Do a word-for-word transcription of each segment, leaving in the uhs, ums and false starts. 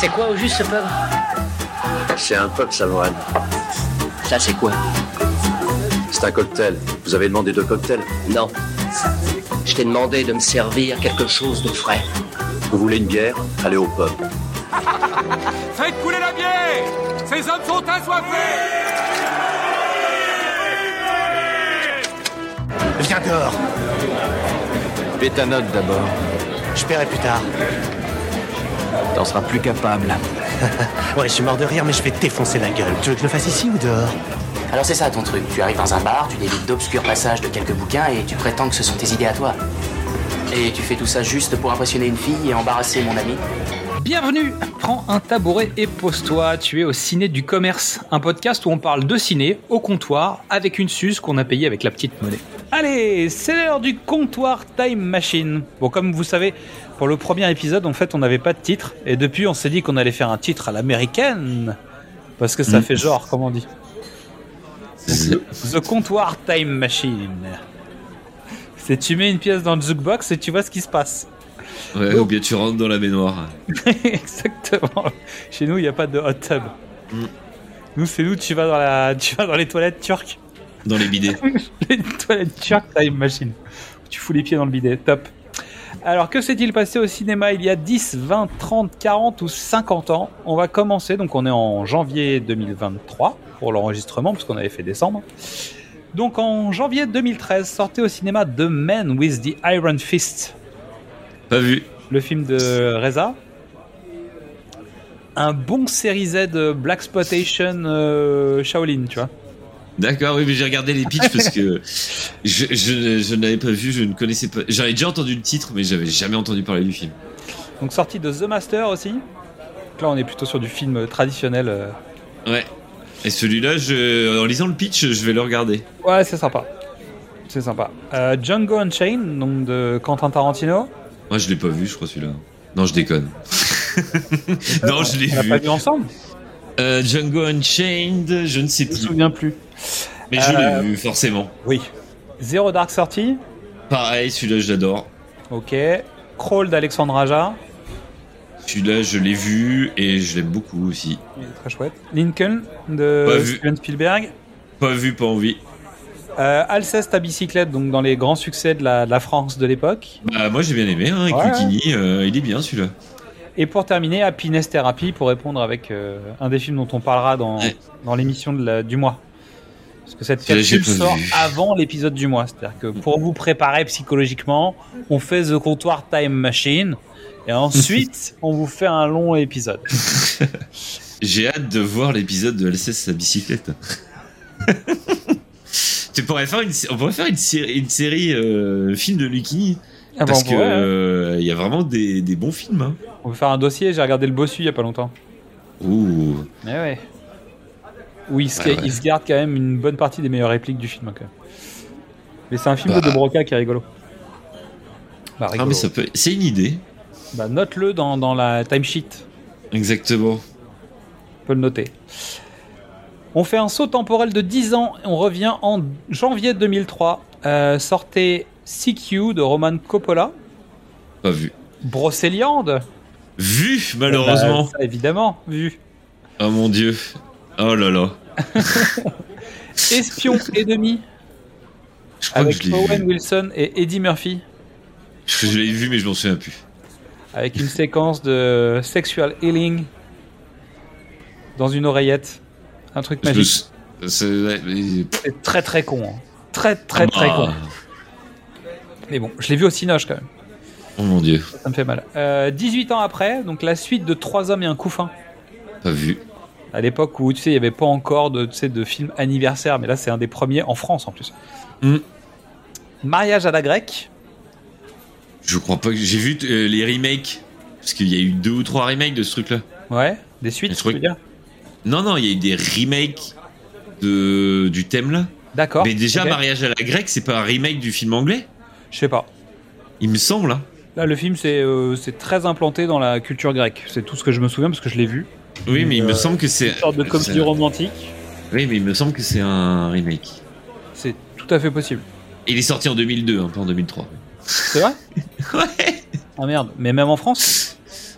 C'est quoi au juste ce pub? C'est un pub, Savoine. Ça c'est quoi? C'est un cocktail. Vous avez demandé deux cocktails? Non. Je t'ai demandé de me servir quelque chose de frais. Vous voulez une bière? Allez au pub. Faites couler la bière! Ces hommes sont assoiffés! Viens dehors. Fais ta note d'abord. Je paierai plus tard. T'en seras plus capable. Ouais, je suis mort de rire, mais je vais te défoncer la gueule. Tu veux que je le fasse ici ou dehors? Alors c'est ça ton truc, tu arrives dans un bar, tu délites d'obscurs passages de quelques bouquins et tu prétends que ce sont tes idées à toi. Et tu fais tout ça juste pour impressionner une fille et embarrasser mon ami? Bienvenue, prends un tabouret et pose-toi, tu es au Ciné du Commerce, un podcast où on parle de ciné au comptoir avec une suze qu'on a payée avec la petite monnaie. Allez, c'est l'heure du comptoir Time Machine. Bon, comme vous savez, pour le premier épisode, en fait, on n'avait pas de titre, et depuis, on s'est dit qu'on allait faire un titre à l'américaine, parce que ça mmh. fait genre, comment on dit. Donc, The Comptoir Time Machine. C'est tu mets une pièce dans le jukebox et tu vois ce qui se passe. Ouais, ou bien tu rentres dans la baignoire. Exactement. Chez nous, il n'y a pas de hot tub. Mm. Nous, c'est nous, tu vas dans la, tu vas dans les toilettes turques. Dans les bidets. Les toilettes turques, t'as une machine. Tu fous les pieds dans le bidet, top. Alors, que s'est-il passé au cinéma il y a dix, vingt, trente, quarante ou cinquante ans? On va commencer, donc on est en janvier deux mille vingt-trois pour l'enregistrement, parce qu'on avait fait décembre. Donc en janvier deux mille treize, sortait au cinéma The Man with the Iron Fist. Pas vu. Le film de Reza. Un bon série Z Blaxploitation euh, Shaolin, tu vois. D'accord, oui, mais j'ai regardé les pitchs parce que je, je, je n'avais pas vu, je ne connaissais pas. J'avais déjà entendu le titre, mais j'avais jamais entendu parler du film. Donc sorti de The Master aussi. Donc là, on est plutôt sur du film traditionnel. Euh... Ouais. Et celui-là, je, en lisant le pitch, je vais le regarder. Ouais, c'est sympa. C'est sympa. Euh, Django Unchained, donc de Quentin Tarantino. Moi, je l'ai pas vu, je crois, celui-là. Non, je déconne. Non, je l'ai vu. On l'a pas vu ensemble euh, Django Unchained, je ne sais plus. Je me souviens plus. Mais je euh, l'ai vu, forcément. Oui. Zero Dark Thirty. Pareil, celui-là, je l'adore. Ok. Crawl d'Alexandre Aja. Celui-là, je l'ai vu et je l'aime beaucoup aussi. Il est très chouette. Lincoln de Steven Spielberg. Pas vu, pas envie. Euh, Alceste à bicyclette, donc dans les grands succès de la, de la France de l'époque. Bah, moi j'ai bien aimé, hein, avec ouais, Lucchini, euh, il est bien celui-là. Et pour terminer, Happiness Therapy, pour répondre avec euh, un des films dont on parlera dans, ouais. dans l'émission de la, du mois. Parce que cette capsule sort vu. avant l'épisode du mois. C'est-à-dire que pour vous préparer psychologiquement, on fait The Comptoir Time Machine. Et ensuite, on vous fait un long épisode. J'ai hâte de voir l'épisode de Alceste à bicyclette. Tu pourrais faire une, on pourrait faire une série, une série euh, film de Lucchini. Ah parce bon, que il ouais, euh, ouais. y a vraiment des, des bons films. Hein. On peut faire un dossier. J'ai regardé Le Bossu il y a pas longtemps. Ouh. Mais ouais. Oui, il se, ouais, ouais. il se garde quand même une bonne partie des meilleures répliques du film. Quand même. Mais c'est un film bah. de De Broca qui est rigolo. Bah, rigolo. Ah mais ça peut. C'est une idée. Bah note-le dans dans la timesheet. Exactement. On peut le noter. On fait un saut temporel de dix ans et on revient en janvier deux mille trois. Euh, sortait C Q de Roman Coppola. Pas vu. Brocéliande. Vu, malheureusement. Bah, ça, évidemment, vu. Oh mon dieu. Oh là là. Espion et demi. Je crois avec que je l'ai Owen vu. Wilson et Eddie Murphy. Je, je l'ai vu, mais je m'en souviens plus. Avec une séquence de sexual healing dans une oreillette. Un truc magique. Me... C'est... Mais... c'est très très con. Hein. Très très ah bah... très con. Mais bon, je l'ai vu au Cinoche quand même. Oh mon dieu. Ça, ça me fait mal. Euh, dix-huit ans après, donc la suite de Trois hommes et un couffin. Pas vu. À l'époque où tu sais, il n'y avait pas encore de, tu sais, de film anniversaire, mais là c'est un des premiers en France en plus. Mm. Mariage à la grecque. Je crois pas que j'ai vu euh, les remakes. Parce qu'il y a eu deux ou trois remakes de ce truc-là. Ouais, des suites, tu veux dire ? Non, non, il y a eu des remakes de... du thème là. D'accord. Mais déjà, okay. Mariage à la grecque, c'est pas un remake du film anglais ? Je sais pas. Il me semble. Hein. Là, le film, c'est, euh, c'est très implanté dans la culture grecque. C'est tout ce que je me souviens parce que je l'ai vu. Oui, mais euh, il me semble que c'est... une sorte de comédie romantique. Oui, mais il me semble que c'est un remake. C'est tout à fait possible. Et il est sorti en deux mille deux, hein, pas en deux mille trois. C'est vrai ? Ouais. Ah merde, mais même en France ?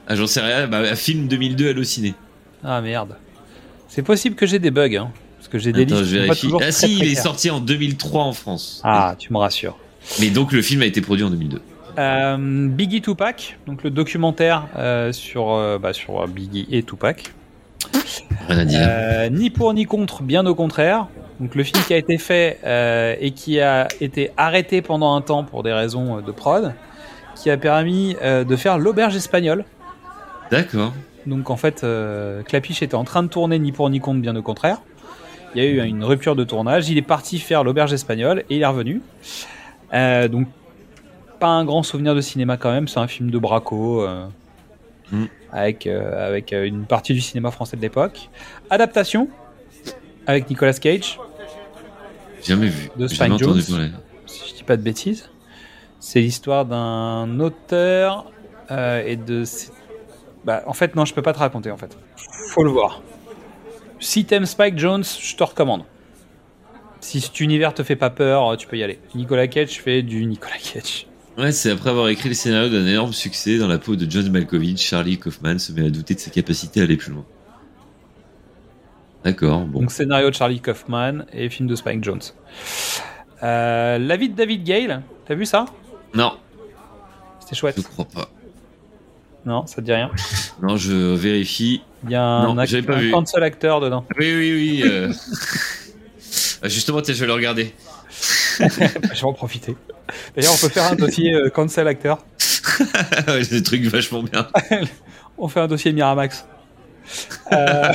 Ah, j'en sais rien. Bah, film deux mille deux Allociné. Ah merde. C'est possible que j'ai des bugs, hein. Parce que j'ai des Attends, listes je qui sont pas vérifie. toujours Ah très, si, très il est claires. sorti en deux mille trois en France. Ah, tu me rassures. Mais donc le film a été produit en deux mille deux. Euh, Biggie Tupac, donc le documentaire euh, sur, euh, bah, sur Biggie et Tupac. Rien à dire. Euh, ni pour ni contre, bien au contraire. Donc le film qui a été fait euh, et qui a été arrêté pendant un temps pour des raisons de prod, qui a permis euh, de faire L'Auberge espagnole. D'accord. Donc en fait, euh, Clapiche était en train de tourner Ni pour ni contre, bien au contraire. Il y a eu une rupture de tournage. Il est parti faire L'Auberge espagnole et il est revenu. Euh, donc pas un grand souvenir de cinéma quand même. C'est un film de braco euh, mm. avec euh, avec euh, une partie du cinéma français de l'époque. Adaptation avec Nicolas Cage. Jamais vu. De J'ai Spike jamais entendu Jonze. parler. Si je dis pas de bêtises. C'est l'histoire d'un auteur euh, et de. Bah, en fait, non, je peux pas te raconter en fait. Faut le voir. Si t'aimes Spike Jonze, je te recommande. Si cet univers te fait pas peur, tu peux y aller. Nicolas Cage fait du Nicolas Cage. Ouais, c'est après avoir écrit le scénario d'un énorme succès dans la peau de John Malkovich, Charlie Kaufman se met à douter de ses capacités à aller plus loin. D'accord, bon. Donc scénario de Charlie Kaufman et film de Spike Jonze. Euh, La vie de David Gale, t'as vu ça? Non, C'était chouette. je crois pas. Non, ça te dit rien? Non, je vérifie. Il y a un, Non, act- j'avais pas un vu. cancel acteur dedans. Oui, oui, oui. euh. Ah, justement, tiens, je vais le regarder. Je vais en profiter. D'ailleurs, on peut faire un dossier euh, cancel acteur. Ouais, c'est des trucs vachement bien. On fait un dossier Miramax. Euh...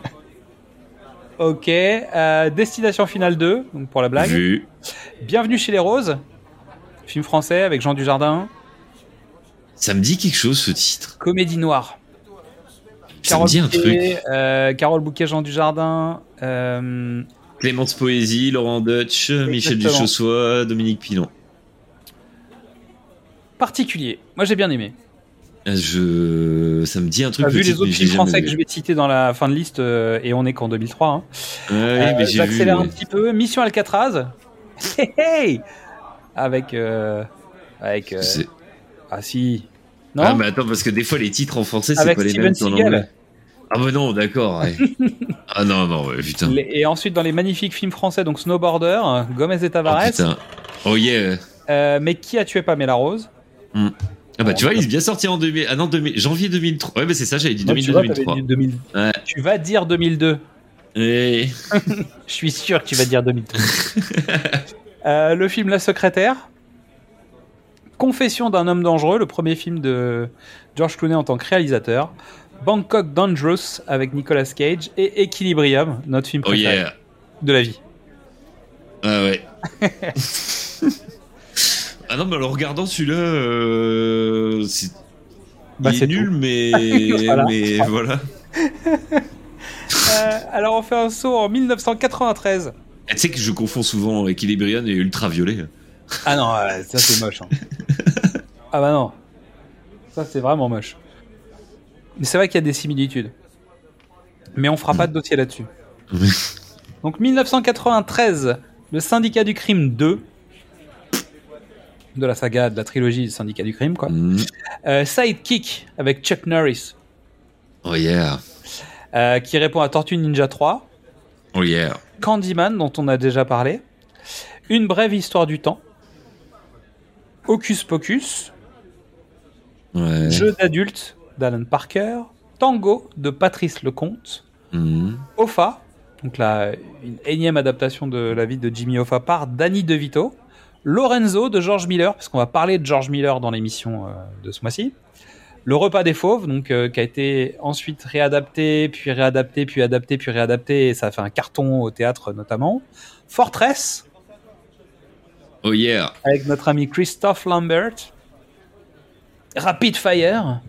ok. Euh, Destination Finale deux, donc pour la blague. Vu. Bienvenue chez les Roses, film français avec Jean Dujardin. Ça me dit quelque chose, ce titre. Comédie noire. Ça me dit un Bouquet, truc. euh, Carole Bouquet, Jean Dujardin. Euh... Clémence Poésie, Laurent Deutsch, Michel Exactement. Duchossois, Dominique Pilon. Particulier. Moi, j'ai bien aimé. Je... Ça me dit un truc. T'as vu le les titre, autres mais films j'ai jamais français vu. que je vais te citer dans la fin de liste, euh, et on est qu'en deux mille trois. Hein. Ouais, oui, Euh, mais j'ai vu. J'accélère un ouais. petit peu. Mission Alcatraz. Hey, hey avec. Euh, avec euh, C'est- ah si. Non Ah, mais attends, parce que des fois, les titres en français, c'est Avec pas les Steven mêmes qu'en Seagal. anglais. Ah, bah non, d'accord. Ouais. Ah, non, non, ouais, putain. Les- Et ensuite, dans les magnifiques films français, donc Snowboarder, Gomez et Oh, Tavares. putain. Oh, yeah. Euh, mais qui a tué Pamela Rose? Hmm. Ah, bah, tu vois, il est bien sorti en deux mille. Ah, non, deux mille... janvier deux mille trois. Ouais, mais c'est ça, j'avais dit Non, tu vois, t'avais deux mille deux-deux mille trois. dit deux mille. Ouais. Tu vas dire deux mille deux. Et... Je suis sûr que tu vas dire deux mille deux. euh, le film La Secrétaire. Confession d'un homme dangereux, le premier film de George Clooney en tant que réalisateur. Bangkok Dangerous avec Nicolas Cage et Equilibrium, notre film Oh, préféré yeah. de la vie. Ah, ouais. Ah, non, mais en le regardant, celui-là, euh... c'est. Bah, il c'est est nul, tout. mais. Voilà. Mais voilà. Euh, alors on fait un saut en dix-neuf cent quatre-vingt-treize. Ah, tu sais que je confonds souvent Equilibrium et Ultraviolet. Ah non, euh, ça c'est moche. Hein. Ah bah non. Ça c'est vraiment moche. Mais c'est vrai qu'il y a des similitudes. Mais on fera pas de dossier là-dessus. Donc dix-neuf cent quatre-vingt-treize, le Syndicat du Crime deux. De la saga, de la trilogie du Syndicat du Crime, quoi. Mm. Euh, Sidekick avec Chuck Norris, Oh, yeah. euh, qui répond à Tortue Ninja trois. Oh, yeah. Candyman, dont on a déjà parlé. Une brève histoire du temps. Hocus Pocus. Ouais. Jeu d'adulte d'Alan Parker. Tango de Patrice Lecomte. Mm. Hoffa, donc là, une énième adaptation de la vie de Jimmy Hoffa par Danny DeVito. Lorenzo de George Miller, parce qu'on va parler de George Miller dans l'émission euh, de ce mois-ci. Le Repas des Fauves, donc euh, qui a été ensuite réadapté, puis réadapté, puis adapté, puis réadapté, et ça a fait un carton au théâtre notamment. Fortress, Oh, yeah. avec notre ami Christophe Lambert. Rapid Fire,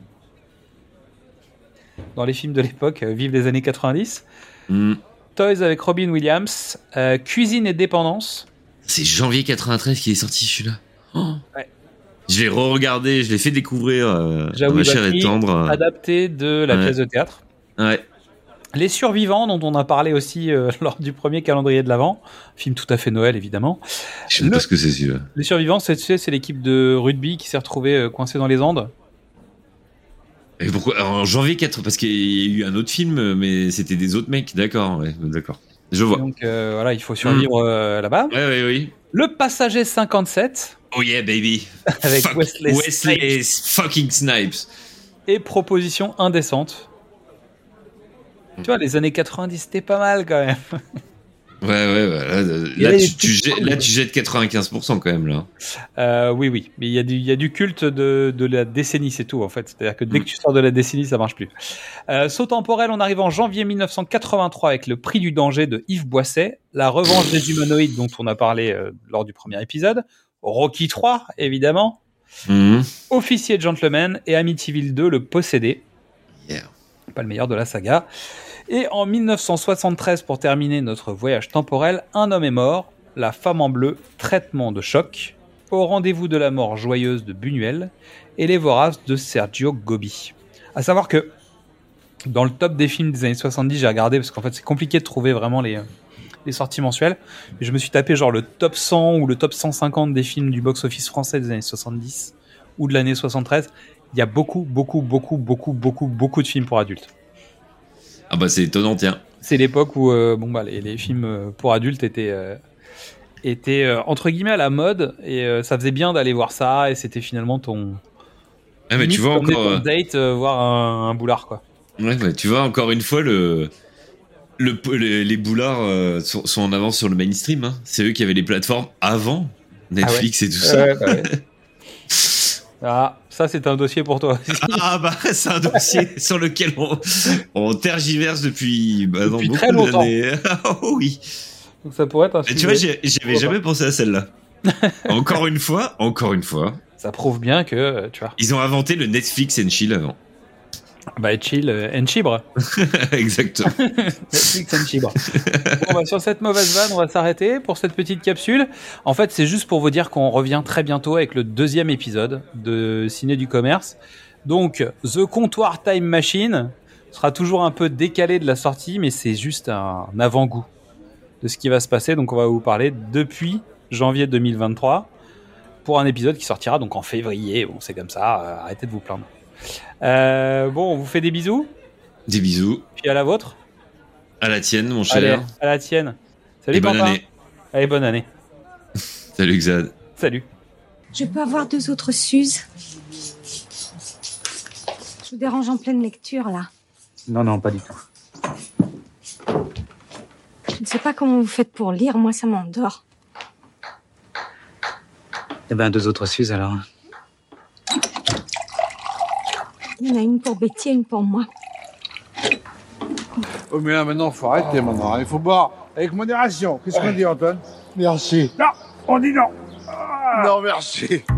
dans les films de l'époque, euh, vive les années quatre-vingt-dix. Mm. Toys avec Robin Williams. Euh, Cuisine et dépendance. C'est janvier quatre-vingt-treize qu'il est sorti celui-là. Oh. Ouais. Je l'ai re-regardé, je l'ai fait découvrir euh, à J'avoue, ma chère et Baki, tendre. adapté de la Ouais. pièce de théâtre. Ouais. Les Survivants, dont on a parlé aussi euh, lors du premier calendrier de l'Avent. Film tout à fait Noël, évidemment. Je sais Le- pas ce que c'est celui-là. Les Survivants, c'est, tu sais, c'est l'équipe de rugby qui s'est retrouvée euh, coincée dans les Andes. Et pourquoi en janvier quatre parce qu'il y a eu un autre film, mais c'était des autres mecs. D'accord, ouais, d'accord. Je vois. Donc euh, voilà, il faut survivre mmh. euh, là-bas. Ouais, ouais, oui. Le Passager cinquante-sept. Oh yeah, baby. Avec Fuck Wesley, Wesley fucking Snipes. Et Proposition indécente. Mmh. Tu vois, les années quatre-vingt-dix, c'était pas mal quand même. Ouais, ouais, ouais. Là, là, tu, tu jettes, là tu jettes quatre-vingt-quinze pour cent quand même, là. Euh, oui, oui. Mais il y, a du, il y a du culte de, de la décennie, c'est tout, en fait. C'est-à-dire que dès mmh. que tu sors de la décennie, ça marche plus. Euh, saut temporel, on arrive en janvier mille neuf cent quatre-vingt-trois avec Le Prix du danger de Yves Boisset, La revanche des humanoïdes dont on a parlé euh, lors du premier épisode, Rocky trois, évidemment, mmh. Officier Gentleman et Amityville deux, Le Possédé. Yeah. Pas le meilleur de la saga. Et en mille neuf cent soixante-treize, pour terminer notre voyage temporel, Un homme est mort, La femme en bleu, Traitement de choc, Au rendez-vous de la mort joyeuse de Buñuel et Les voraces de Sergio Gobi. À savoir que dans le top des films des années soixante-dix, j'ai regardé parce qu'en fait c'est compliqué de trouver vraiment les, les sorties mensuelles. Et je me suis tapé genre le top cent ou le top cent cinquante des films du box-office français des années soixante-dix ou de l'année soixante-treize. Il y a beaucoup, beaucoup, beaucoup, beaucoup, beaucoup, beaucoup de films pour adultes. Ah bah c'est étonnant, tiens. C'est l'époque où euh, bon bah les, les films pour adultes étaient euh, étaient euh, entre guillemets à la mode et euh, ça faisait bien d'aller voir ça et c'était finalement ton. Ah mais tu vois encore ton date euh, voir un, un boulard quoi. Ouais bah tu vois encore une fois le le, le les boulards euh, sont, sont en avance sur le mainstream. Hein. C'est eux qui avaient les plateformes avant Netflix ah ouais. et tout ça. Ouais, bah ouais. Ah, ça c'est un dossier pour toi. Ah bah c'est un dossier sur lequel on, on tergiverse depuis, bah, depuis dans très beaucoup longtemps. d'années. Oh oui. Donc ça pourrait être un sujet. Tu vois, j'y, j'avais jamais pensé à celle-là. Encore une fois, encore une fois. Ça prouve bien que, tu vois. Ils ont inventé le Netflix and chill avant. Bah chill and chibre. Exactement. Netflix and chibre. Bon bah sur cette mauvaise vanne, on va s'arrêter pour cette petite capsule. En fait, c'est juste pour vous dire qu'on revient très bientôt avec le deuxième épisode de Ciné du Commerce. Donc, The Comptoir Time Machine sera toujours un peu décalé de la sortie, mais c'est juste un avant-goût de ce qui va se passer. Donc, on va vous parler depuis janvier deux mille vingt-trois pour un épisode qui sortira donc en février. Bon, c'est comme ça. Euh, arrêtez de vous plaindre. Euh, bon, on vous fait des bisous. Des bisous. Puis à la vôtre. À la tienne, mon cher. Allez, à la tienne. Salut, Et bonne Quentin. année. Allez, bonne année. Salut, Xad. Salut. Je peux avoir deux autres Suzes? Je vous dérange en pleine lecture, là. Non, non, pas du tout. Je ne sais pas comment vous faites pour lire. Moi, ça m'endort. Eh ben, deux autres Suzes, alors. Il y en a une pour Betty et une pour moi. Oh, mais là, maintenant, il faut arrêter, maintenant. Il faut boire avec modération. Qu'est-ce qu'on dit, Antoine? Merci. Non, on dit non. Ah. Non, merci.